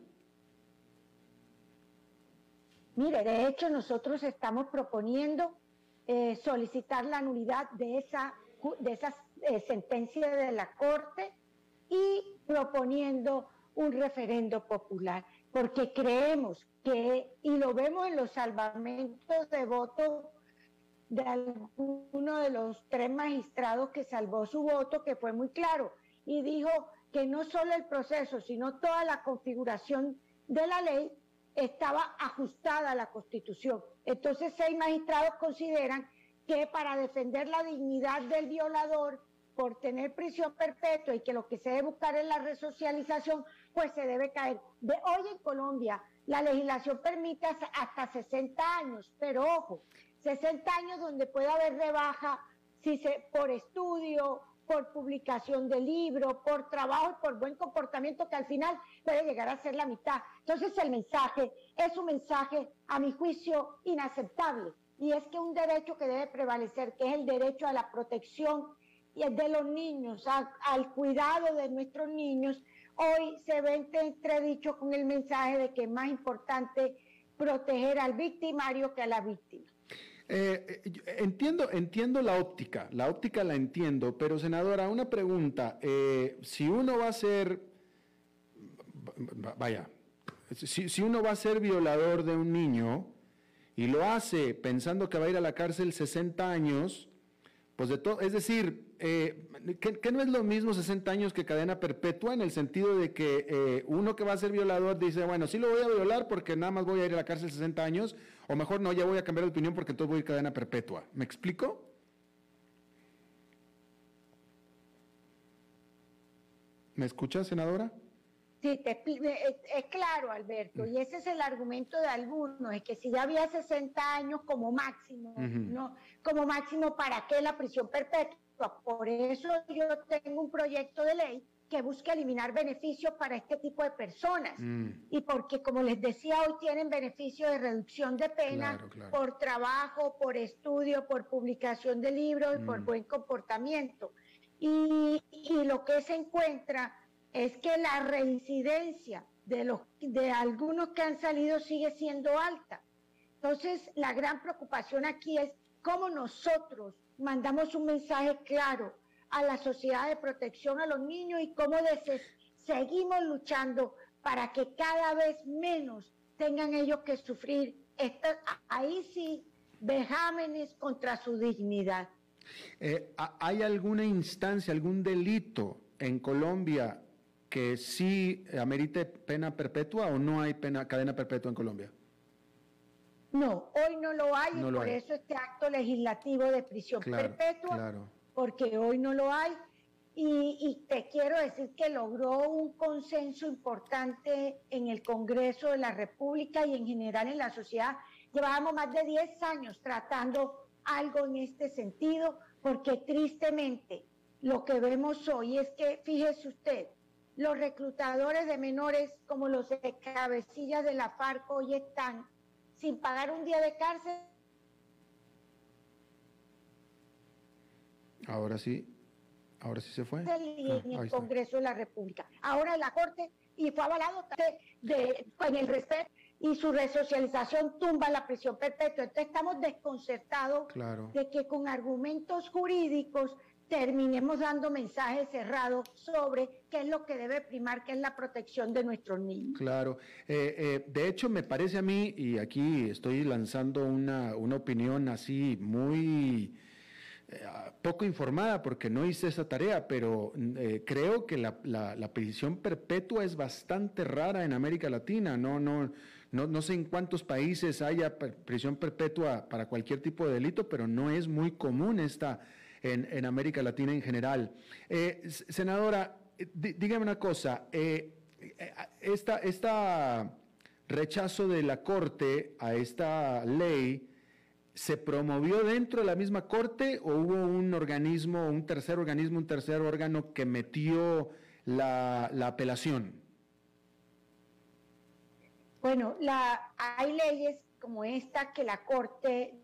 Mire, de hecho nosotros estamos proponiendo eh, solicitar la nulidad de esa, de esa eh, sentencia de la Corte y proponiendo un referendo popular, porque creemos que, y lo vemos en los salvamentos de voto de alguno de los tres magistrados que salvó su voto, que fue muy claro, y dijo que no solo el proceso, sino toda la configuración de la ley estaba ajustada a la Constitución. Entonces, seis magistrados consideran que para defender la dignidad del violador por tener prisión perpetua y que lo que se debe buscar es la resocialización, pues se debe caer. De hoy en Colombia la legislación permite hasta sesenta años, pero ojo, sesenta años donde puede haber rebaja si se, por estudio, por publicación de libro, por trabajo y por buen comportamiento, que al final puede llegar a ser la mitad. Entonces el mensaje es un mensaje, a mi juicio, inaceptable, y es que un derecho que debe prevalecer, que es el derecho a la protección y el de los niños, a, al cuidado de nuestros niños, hoy se ve entredicho con el mensaje de que es más importante proteger al victimario que a la víctima. Eh, entiendo, entiendo la óptica, la óptica la entiendo, pero senadora, una pregunta, eh, si uno va a ser, vaya, si, si uno va a ser violador de un niño y lo hace pensando que va a ir a la cárcel sesenta años, pues de todo, es decir, eh, que, que no es lo mismo sesenta años que cadena perpetua, en el sentido de que eh, uno que va a ser violador dice, bueno, sí lo voy a violar porque nada más voy a ir a la cárcel sesenta años, o mejor no, ya voy a cambiar de opinión porque entonces voy a ir a cadena perpetua. ¿Me explico? ¿Me escucha, senadora? Sí, te, es, es claro, Alberto, y ese es el argumento de algunos, es que si ya había sesenta años como máximo, uh-huh. ¿no? Como máximo, ¿para qué la prisión perpetua? Por eso yo tengo un proyecto de ley que busca eliminar beneficios para este tipo de personas, mm. y porque, como les decía, hoy tienen beneficios de reducción de pena, claro, claro. por trabajo, por estudio, por publicación de libros, mm. por buen comportamiento. Y, y lo que se encuentra es que la reincidencia de, los, de algunos que han salido sigue siendo alta. Entonces, la gran preocupación aquí es cómo nosotros mandamos un mensaje claro a la sociedad de protección a los niños y cómo des- seguimos luchando para que cada vez menos tengan ellos que sufrir esta, ahí sí, vejámenes contra su dignidad. Eh, ¿Hay alguna instancia, algún delito en Colombia que sí amerite pena perpetua o no hay pena, cadena perpetua en Colombia? No, hoy no lo hay, no y lo por hay. eso este acto legislativo de prisión claro, perpetua, claro. porque hoy no lo hay, y, y te quiero decir que logró un consenso importante en el Congreso de la República y en general en la sociedad. Llevábamos más de diez años tratando algo en este sentido, porque tristemente lo que vemos hoy es que, fíjese usted, los reclutadores de menores como los de cabecillas de la FARC hoy están sin pagar un día de cárcel. Ahora sí, ahora sí se fue. Y Ah, en el ahí está. Congreso de la República. Ahora la Corte, y fue avalado de, de, con el respeto, y su resocialización tumba la prisión perpetua. Entonces estamos desconcertados Claro. de que con argumentos jurídicos terminemos dando mensajes cerrados sobre qué es lo que debe primar, qué es la protección de nuestros niños. Claro. Eh, eh, de hecho, me parece a mí, y aquí estoy lanzando una, una opinión así muy eh, poco informada porque no hice esa tarea, pero eh, creo que la, la, la prisión perpetua es bastante rara en América Latina. No, no, no, no sé en cuántos países haya prisión perpetua para cualquier tipo de delito, pero no es muy común esta en, en América Latina en general. Eh, senadora, dígame una cosa, eh, esta, esta rechazo de la Corte a esta ley, ¿se promovió dentro de la misma Corte o hubo un organismo, un tercer organismo, un tercer órgano que metió la, la apelación? Bueno, la, hay leyes como esta que la Corte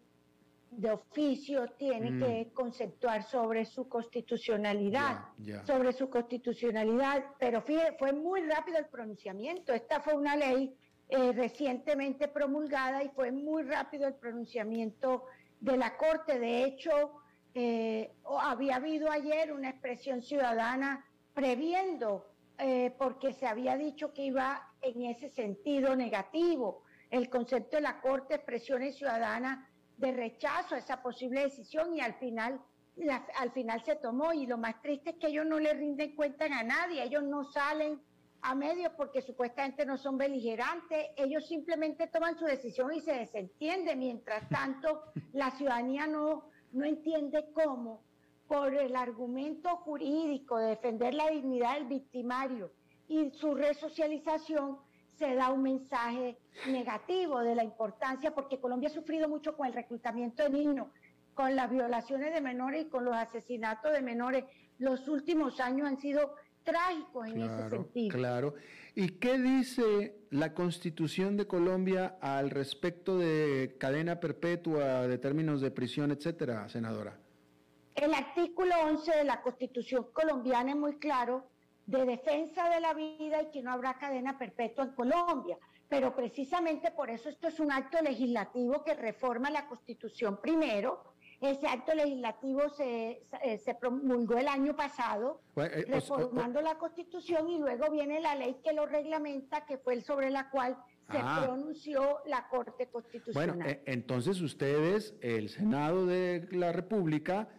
de oficio tiene mm. que conceptuar sobre su constitucionalidad, yeah, yeah. sobre su constitucionalidad, pero fíjate, fue muy rápido el pronunciamiento. Esta fue una ley eh, recientemente promulgada y fue muy rápido el pronunciamiento de la Corte. De hecho, eh, había habido ayer una expresión ciudadana previendo, eh, porque se había dicho que iba en ese sentido negativo. El concepto de la Corte, expresiones ciudadanas de rechazo a esa posible decisión, y al final, la, al final se tomó, y lo más triste es que ellos no le rinden cuenta a nadie, ellos no salen a medios porque supuestamente no son beligerantes, ellos simplemente toman su decisión y se desentiende. Mientras tanto, la ciudadanía no, no entiende cómo, por el argumento jurídico de defender la dignidad del victimario y su resocialización, se da un mensaje negativo de la importancia, porque Colombia ha sufrido mucho con el reclutamiento de niños, con las violaciones de menores y con los asesinatos de menores. Los últimos años han sido trágicos en claro, ese sentido. Claro. ¿Y qué dice la Constitución de Colombia al respecto de cadena perpetua, de términos de prisión, etcétera, senadora? El artículo once de la Constitución colombiana es muy claro, de defensa de la vida, y que no habrá cadena perpetua en Colombia. Pero precisamente por eso esto es un acto legislativo que reforma la Constitución primero. Ese acto legislativo se, se, se promulgó el año pasado, bueno, eh, reformando o, o, la Constitución, y luego viene la ley que lo reglamenta, que fue el sobre la cual se ah, pronunció la Corte Constitucional. Bueno, eh, entonces ustedes, el Senado de la República,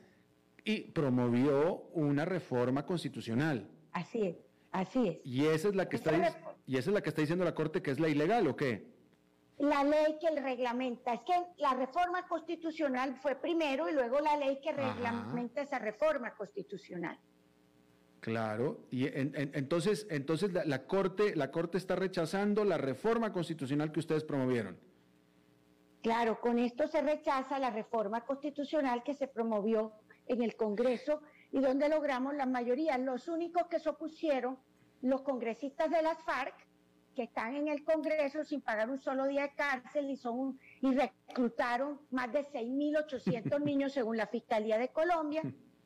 y promovió una reforma constitucional. Así es, así es. ¿Y esa es la que está y esa es la que está diciendo la Corte que es la ilegal o qué? La ley que le reglamenta, es que la reforma constitucional fue primero y luego la ley que reglamenta Ajá. esa reforma constitucional. Claro, y en, en, entonces, entonces la, la Corte, la Corte está rechazando la reforma constitucional que ustedes promovieron. Claro, con esto se rechaza la reforma constitucional que se promovió en el Congreso y donde logramos la mayoría. Los únicos que se opusieron, los congresistas de las FARC, que están en el Congreso sin pagar un solo día de cárcel y, son, y reclutaron más de seis mil ochocientos niños según la Fiscalía de Colombia,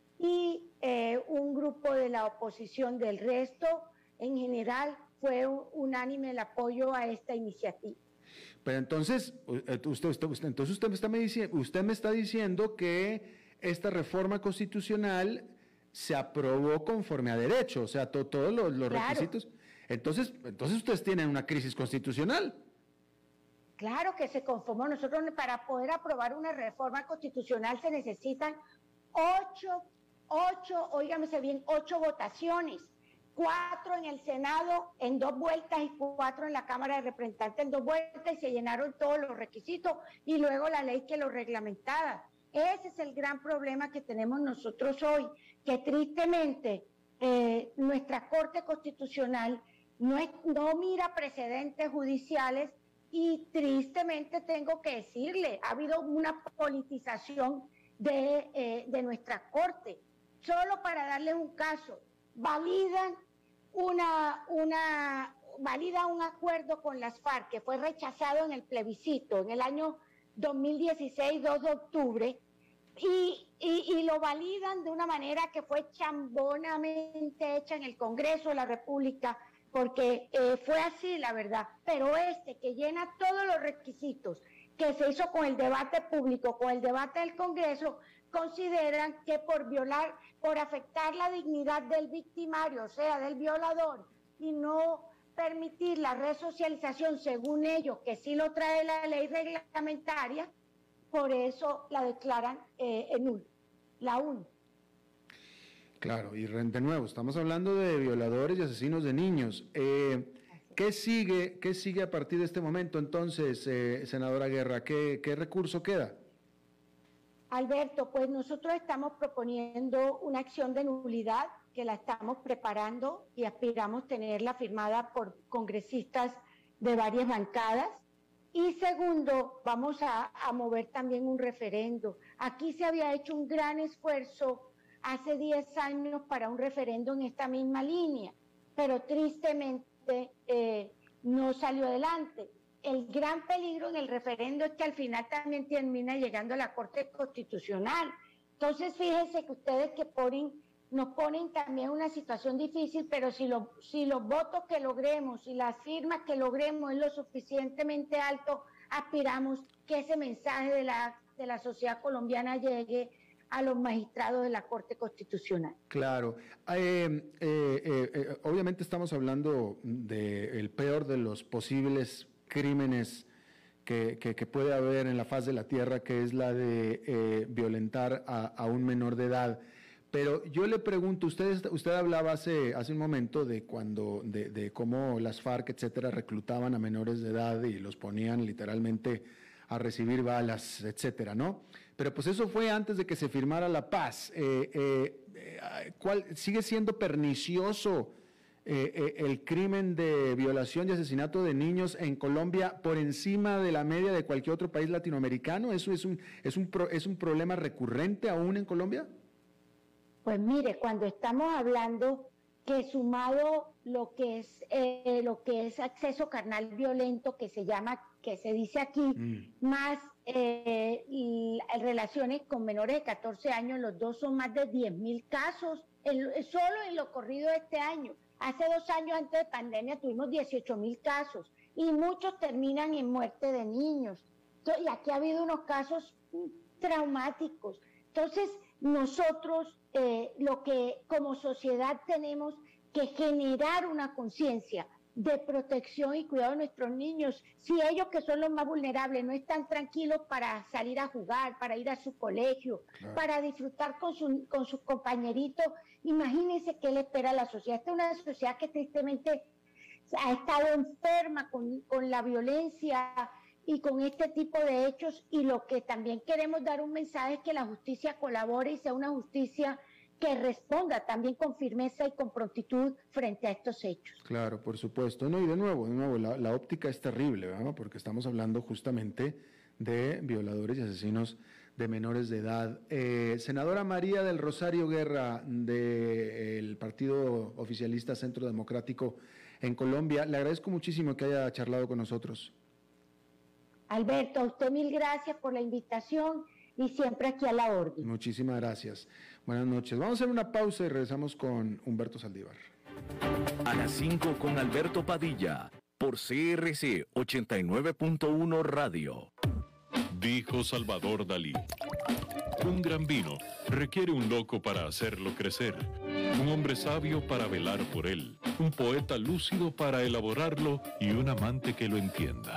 y eh, un grupo de la oposición. Del resto, en general, fue un, unánime el apoyo a esta iniciativa. Pero entonces, usted, usted, usted, entonces usted, me está, me dice, usted me está diciendo que esta reforma constitucional se aprobó conforme a derecho, o sea, to, todos los, los claro. requisitos. Entonces, entonces ustedes tienen una crisis constitucional. Claro que se conformó. Nosotros, para poder aprobar una reforma constitucional se necesitan ocho, ocho, óigamese bien, ocho votaciones. Cuatro en el Senado en dos vueltas y cuatro en la Cámara de Representantes en dos vueltas, y se llenaron todos los requisitos, y luego la ley que lo reglamentaba. Ese es el gran problema que tenemos nosotros hoy, que tristemente eh, nuestra Corte Constitucional no, es, no mira precedentes judiciales y tristemente tengo que decirle, ha habido una politización de, eh, de nuestra Corte. Solo para darles un caso, validan, una, una, valida un acuerdo con las FARC que fue rechazado en el plebiscito en el año dos mil dieciséis, dos de octubre, y, y, y lo validan de una manera que fue chambonamente hecha en el Congreso de la República, porque eh, fue así, la verdad. Pero este, que llena todos los requisitos, que se hizo con el debate público, con el debate del Congreso, consideran que por violar, por afectar la dignidad del victimario, o sea, del violador, y no permitir la resocialización, según ellos, que sí lo trae la ley reglamentaria, por eso la declaran eh, nula, la U N E. Claro, y de nuevo, estamos hablando de violadores y asesinos de niños. Eh, ¿qué sigue, qué sigue a partir de este momento entonces, eh, senadora Guerra? ¿Qué, qué recurso queda? Alberto, pues nosotros estamos proponiendo una acción de nulidad que la estamos preparando y aspiramos tenerla firmada por congresistas de varias bancadas. Y segundo, vamos a, a mover también un referendo. Aquí se había hecho un gran esfuerzo hace diez años para un referendo en esta misma línea, pero tristemente eh, no salió adelante. El gran peligro en el referendo es que al final también termina llegando a la Corte Constitucional. Entonces, fíjense que ustedes que ponen, nos ponen también una situación difícil, pero si, lo, si los votos que logremos, si las firmas que logremos es lo suficientemente alto, aspiramos que ese mensaje de la, de la sociedad colombiana llegue a los magistrados de la Corte Constitucional. Claro. Eh, eh, eh, eh, obviamente estamos hablando del peor de los posibles crímenes que, que, que puede haber en la faz de la tierra, que es la de eh, violentar a, a un menor de edad. Pero yo le pregunto, usted, usted hablaba hace, hace un momento de cuando, de, de cómo las FARC, etcétera, reclutaban a menores de edad y los ponían literalmente a recibir balas, etcétera, ¿no? Pero pues eso fue antes de que se firmara la paz. Eh, eh, eh, ¿cuál, sigue siendo pernicioso eh, eh, el crimen de violación y asesinato de niños en Colombia por encima de la media de cualquier otro país latinoamericano? ¿Eso es un, es un, pro, es un problema recurrente aún en Colombia? Pues mire, cuando estamos hablando que sumado lo que es eh, lo que es acceso carnal violento, que se llama, que se dice aquí, mm. más eh, y, y relaciones con menores de catorce años, los dos son más de diez mil casos, en, solo en lo corrido de este año. Hace dos años antes de pandemia tuvimos dieciocho mil casos y muchos terminan en muerte de niños. Entonces, y aquí ha habido unos casos traumáticos. Entonces, nosotros eh, lo que como sociedad tenemos que generar una conciencia de protección y cuidado de nuestros niños. Si ellos, que son los más vulnerables, no están tranquilos para salir a jugar, para ir a su colegio, claro, para disfrutar con, su, con sus compañeritos, imagínense qué le espera a la sociedad. Esta es una sociedad que tristemente ha estado enferma con, con la violencia y con este tipo de hechos, y lo que también queremos dar un mensaje es que la justicia colabore y sea una justicia que responda también con firmeza y con prontitud frente a estos hechos. Claro, por supuesto. No, y de nuevo, de nuevo, la, la óptica es terrible, ¿verdad? Porque estamos hablando justamente de violadores y asesinos de menores de edad. Eh, senadora María del Rosario Guerra, del Partido Oficialista Centro Democrático en Colombia, le agradezco muchísimo que haya charlado con nosotros. Alberto, a usted mil gracias por la invitación y siempre aquí a la orden. Muchísimas gracias. Buenas noches. Vamos a hacer una pausa y regresamos con Humberto Saldívar. A las cinco con Alberto Padilla, por C R C ochenta y nueve punto uno Radio. Dijo Salvador Dalí: un gran vino requiere un loco para hacerlo crecer, un hombre sabio para velar por él, un poeta lúcido para elaborarlo y un amante que lo entienda.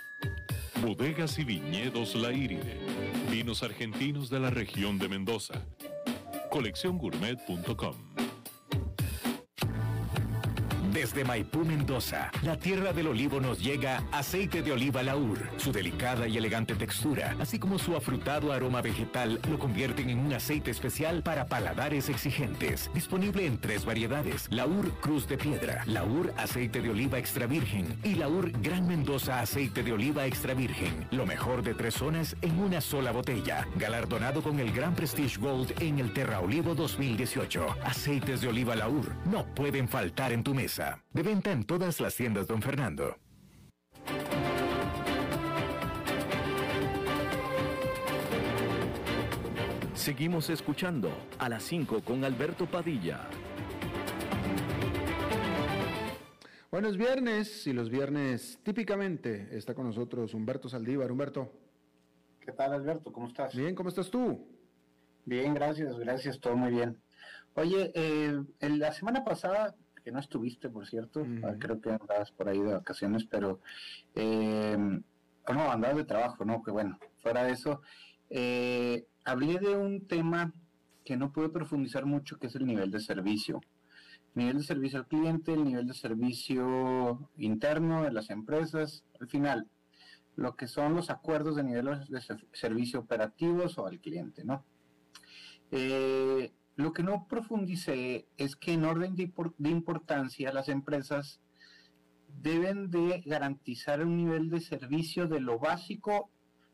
Bodegas y viñedos La Iride, vinos argentinos de la región de Mendoza. colección gourmet punto com. Desde Maipú, Mendoza, la tierra del olivo, nos llega aceite de oliva Laur. Su delicada y elegante textura, así como su afrutado aroma vegetal, lo convierten en un aceite especial para paladares exigentes. Disponible en tres variedades: Laur Cruz de Piedra, Laur Aceite de Oliva Extra Virgen y Laur Gran Mendoza Aceite de Oliva Extra Virgen. Lo mejor de tres zonas en una sola botella. Galardonado con el Gran Prestige Gold en el Terra Olivo dos mil dieciocho. Aceites de oliva Laur no pueden faltar en tu mesa. De venta en todas las tiendas Don Fernando. Seguimos escuchando a las cinco con Alberto Padilla. Bueno, es viernes y los viernes típicamente está con nosotros Humberto Saldívar. Humberto. ¿Qué tal, Alberto? ¿Cómo estás? Bien, ¿cómo estás tú? Bien, gracias, gracias, todo muy bien. Oye, eh, en la semana pasada, que no estuviste, por cierto, uh-huh. creo que andabas por ahí de vacaciones, pero eh, no, andabas de trabajo, ¿no? Que bueno, fuera de eso, eh, hablé de un tema que no pude profundizar mucho, que es el nivel de servicio. Nivel de servicio al cliente, el nivel de servicio interno de las empresas, al final, lo que son los acuerdos de nivel de servicio operativos o al cliente, ¿no? Eh, lo que no profundicé es que en orden de, import- de importancia las empresas deben de garantizar un nivel de servicio de lo básico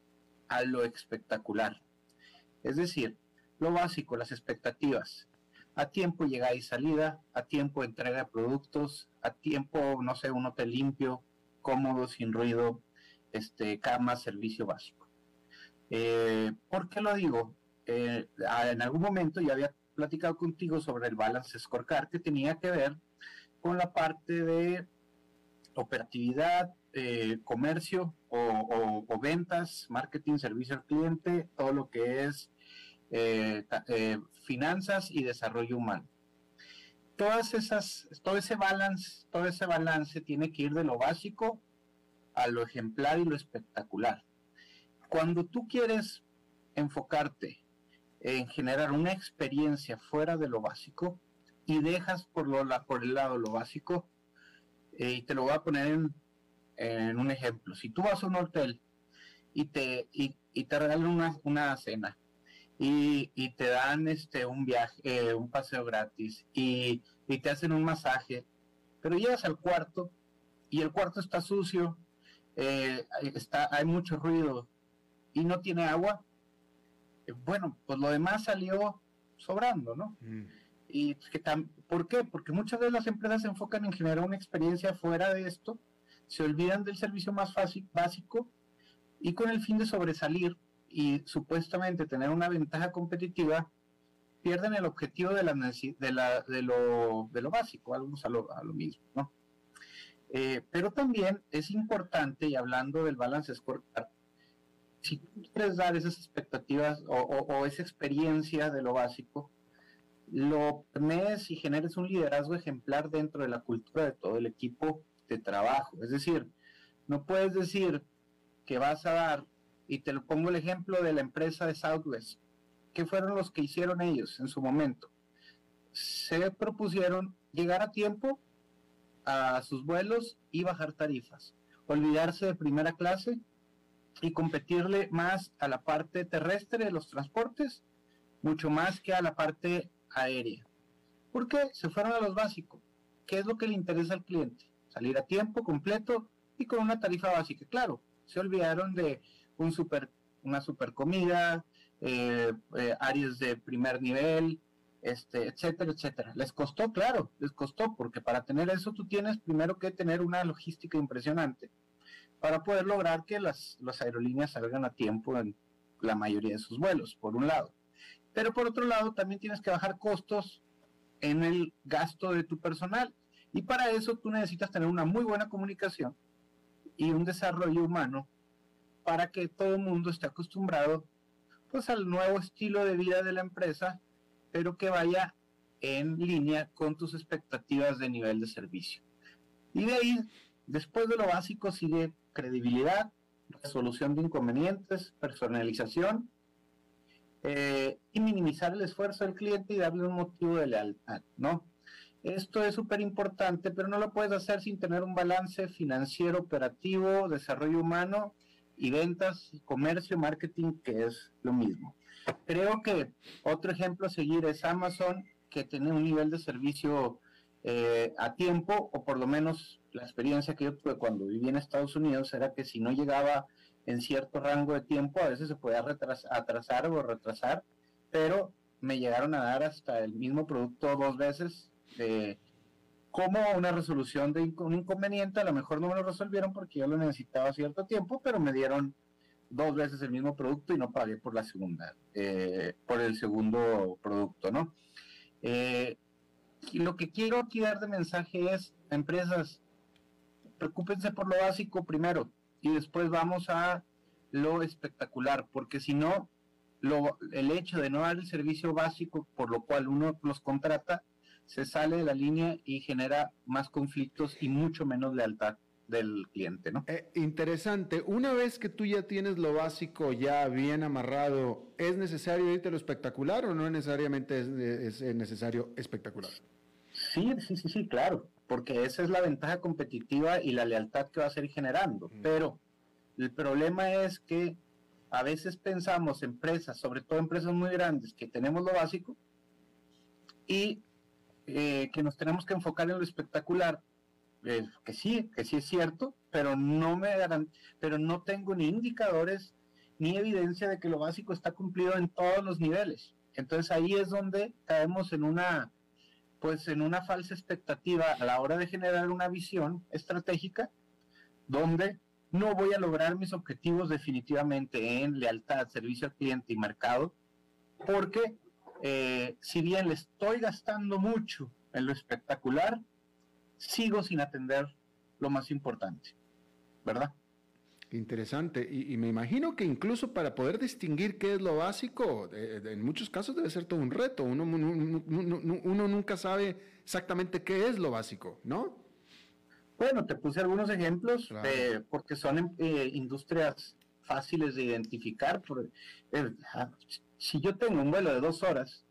a lo espectacular. Es decir, lo básico, las expectativas, a tiempo llegada y salida, a tiempo entrega de productos, a tiempo, no sé, un hotel limpio, cómodo, sin ruido, este, cama, servicio básico. Eh, ¿Por qué lo digo? Eh, en algún momento ya había platicado contigo sobre el Balance Scorecard, que tenía que ver con la parte de operatividad, eh, comercio o, o, o ventas, marketing, servicio al cliente, todo lo que es eh, eh, finanzas y desarrollo humano. Todas esas, todo ese balance, todo ese balance tiene que ir de lo básico a lo ejemplar y lo espectacular. Cuando tú quieres enfocarte en generar una experiencia fuera de lo básico y dejas por, lo, por el lado lo básico, eh, y te lo voy a poner en, en un ejemplo. Si tú vas a un hotel y te, y, y te regalan una, una cena y, y te dan este, un viaje, eh, un paseo gratis y, y te hacen un masaje, pero llegas al cuarto y el cuarto está sucio, eh, está, hay mucho ruido y no tiene agua, eh, bueno, pues lo demás salió sobrando, ¿no? Mm. Y que tam- ¿por qué? Porque muchas veces las empresas se enfocan en generar una experiencia fuera de esto, se olvidan del servicio más fácil, básico, y con el fin de sobresalir y supuestamente tener una ventaja competitiva, pierden el objetivo de, la, de, la, de, lo, de lo básico, algo a lo, a lo mismo, ¿no? Eh, pero también es importante, y hablando del Balance Scorecard, si tú quieres dar esas expectativas o, o, o esa experiencia de lo básico, lo permees y generes un liderazgo ejemplar dentro de la cultura de todo el equipo de trabajo. Es decir, no puedes decir que vas a dar, y te lo pongo el ejemplo de la empresa de Southwest, que fueron los que hicieron ellos en su momento. Se propusieron llegar a tiempo a sus vuelos y bajar tarifas, olvidarse de primera clase y competirle más a la parte terrestre de los transportes, mucho más que a la parte aérea. ¿Por qué? Se fueron a los básicos. ¿Qué es lo que le interesa al cliente? Salir a tiempo completo y con una tarifa básica. Claro, se olvidaron de un super, una super comida, eh, eh, áreas de primer nivel, este, etcétera, etcétera. Les costó, claro, les costó, porque para tener eso tú tienes primero que tener una logística impresionante para poder lograr que las, las aerolíneas salgan a tiempo en la mayoría de sus vuelos, por un lado. Pero por otro lado, también tienes que bajar costos en el gasto de tu personal. Y para eso tú necesitas tener una muy buena comunicación y un desarrollo humano para que todo el mundo esté acostumbrado pues al nuevo estilo de vida de la empresa, pero que vaya en línea con tus expectativas de nivel de servicio. Y de ahí, después de lo básico, sigue credibilidad, resolución de inconvenientes, personalización, eh, y minimizar el esfuerzo del cliente y darle un motivo de lealtad, ¿no? Esto es súper importante, pero no lo puedes hacer sin tener un balance financiero, operativo, desarrollo humano y ventas, comercio, marketing, que es lo mismo. Creo que otro ejemplo a seguir es Amazon, que tiene un nivel de servicio eh, a tiempo, o por lo menos la experiencia que yo tuve cuando viví en Estados Unidos era que si no llegaba en cierto rango de tiempo, a veces se podía retrasar, atrasar o retrasar, pero me llegaron a dar hasta el mismo producto dos veces, eh, como una resolución de un inconveniente. A lo mejor no me lo resolvieron porque yo lo necesitaba cierto tiempo, pero me dieron dos veces el mismo producto y no pagué por la segunda, eh, por el segundo producto, ¿no? Eh, y lo que quiero aquí dar de mensaje es, empresas, preocúpense por lo básico primero y después vamos a lo espectacular, porque si no, lo, el hecho de no dar el servicio básico por lo cual uno los contrata, se sale de la línea y genera más conflictos y mucho menos lealtad del cliente, ¿no? Eh, interesante. Una vez que tú ya tienes lo básico ya bien amarrado, ¿es necesario irte a lo espectacular o no necesariamente es, es necesario espectacular? Sí, sí, sí, sí, claro, porque esa es la ventaja competitiva y la lealtad que va a ser generando, mm. pero el problema es que a veces pensamos empresas, sobre todo empresas muy grandes, que tenemos lo básico y eh, que nos tenemos que enfocar en lo espectacular. Eh, que sí, que sí es cierto, pero no me garan, pero no tengo ni indicadores ni evidencia de que lo básico está cumplido en todos los niveles. Entonces ahí es donde caemos en una, pues en una falsa expectativa a la hora de generar una visión estratégica, donde no voy a lograr mis objetivos definitivamente en lealtad, servicio al cliente y mercado, porque eh, si bien le estoy gastando mucho en lo espectacular, sigo sin atender lo más importante, ¿verdad? Interesante, y, y me imagino que incluso para poder distinguir qué es lo básico, eh, en muchos casos debe ser todo un reto. Uno, uno, uno, uno nunca sabe exactamente qué es lo básico, ¿no? Bueno, te puse algunos ejemplos, claro. eh, porque son eh, industrias fáciles de identificar. Por, eh, si yo tengo un vuelo de dos horas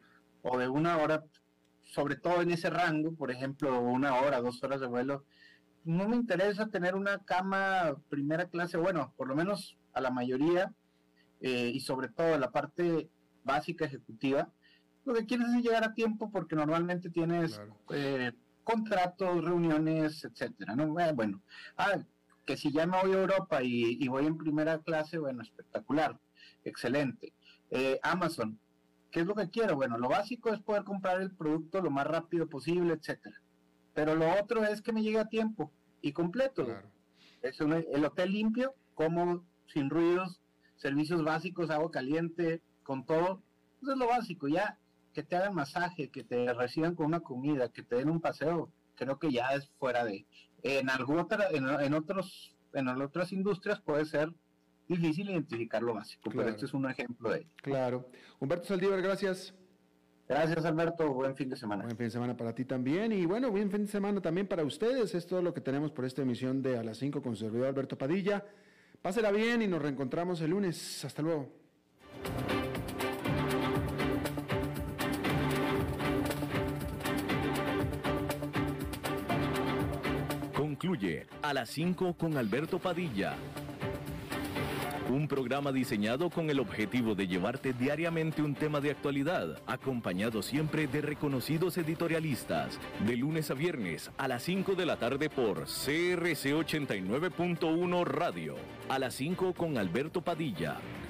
o de una hora, sobre todo en ese rango, por ejemplo, una hora, dos horas de vuelo, no me interesa tener una cama primera clase, bueno, por lo menos a la mayoría, eh, y sobre todo la parte básica ejecutiva. Lo que quieres es llegar a tiempo porque normalmente tienes claro. eh, contratos, reuniones, etcétera, ¿no? Eh, bueno, ah, que si ya me voy a Europa y, y voy en primera clase, bueno, espectacular, excelente. Eh, Amazon, ¿qué es lo que quiero? Bueno, lo básico es poder comprar el producto lo más rápido posible, etcétera. Pero lo otro es que me llegue a tiempo y completo. Claro. Es un, el hotel limpio, cómodo, sin ruidos, servicios básicos, agua caliente, con todo. Eso es lo básico. Ya que te hagan masaje, que te reciban con una comida, que te den un paseo, creo que ya es fuera de. En alguna otra, en, en otros, en otras industrias puede ser difícil identificar lo básico, claro. Pero este es un ejemplo de ello. Claro. Humberto Saldívar, gracias. Gracias, Alberto. Buen fin de semana. Buen fin de semana para ti también. Y bueno, buen fin de semana también para ustedes. Es todo lo que tenemos por esta emisión de A las cinco con su servidor Alberto Padilla. Pásela bien y nos reencontramos el lunes. Hasta luego. Concluye A las cinco con Alberto Padilla. Un programa diseñado con el objetivo de llevarte diariamente un tema de actualidad, acompañado siempre de reconocidos editorialistas, de lunes a viernes a las cinco de la tarde por C R C ochenta y nueve punto uno Radio. A las cinco con Alberto Padilla.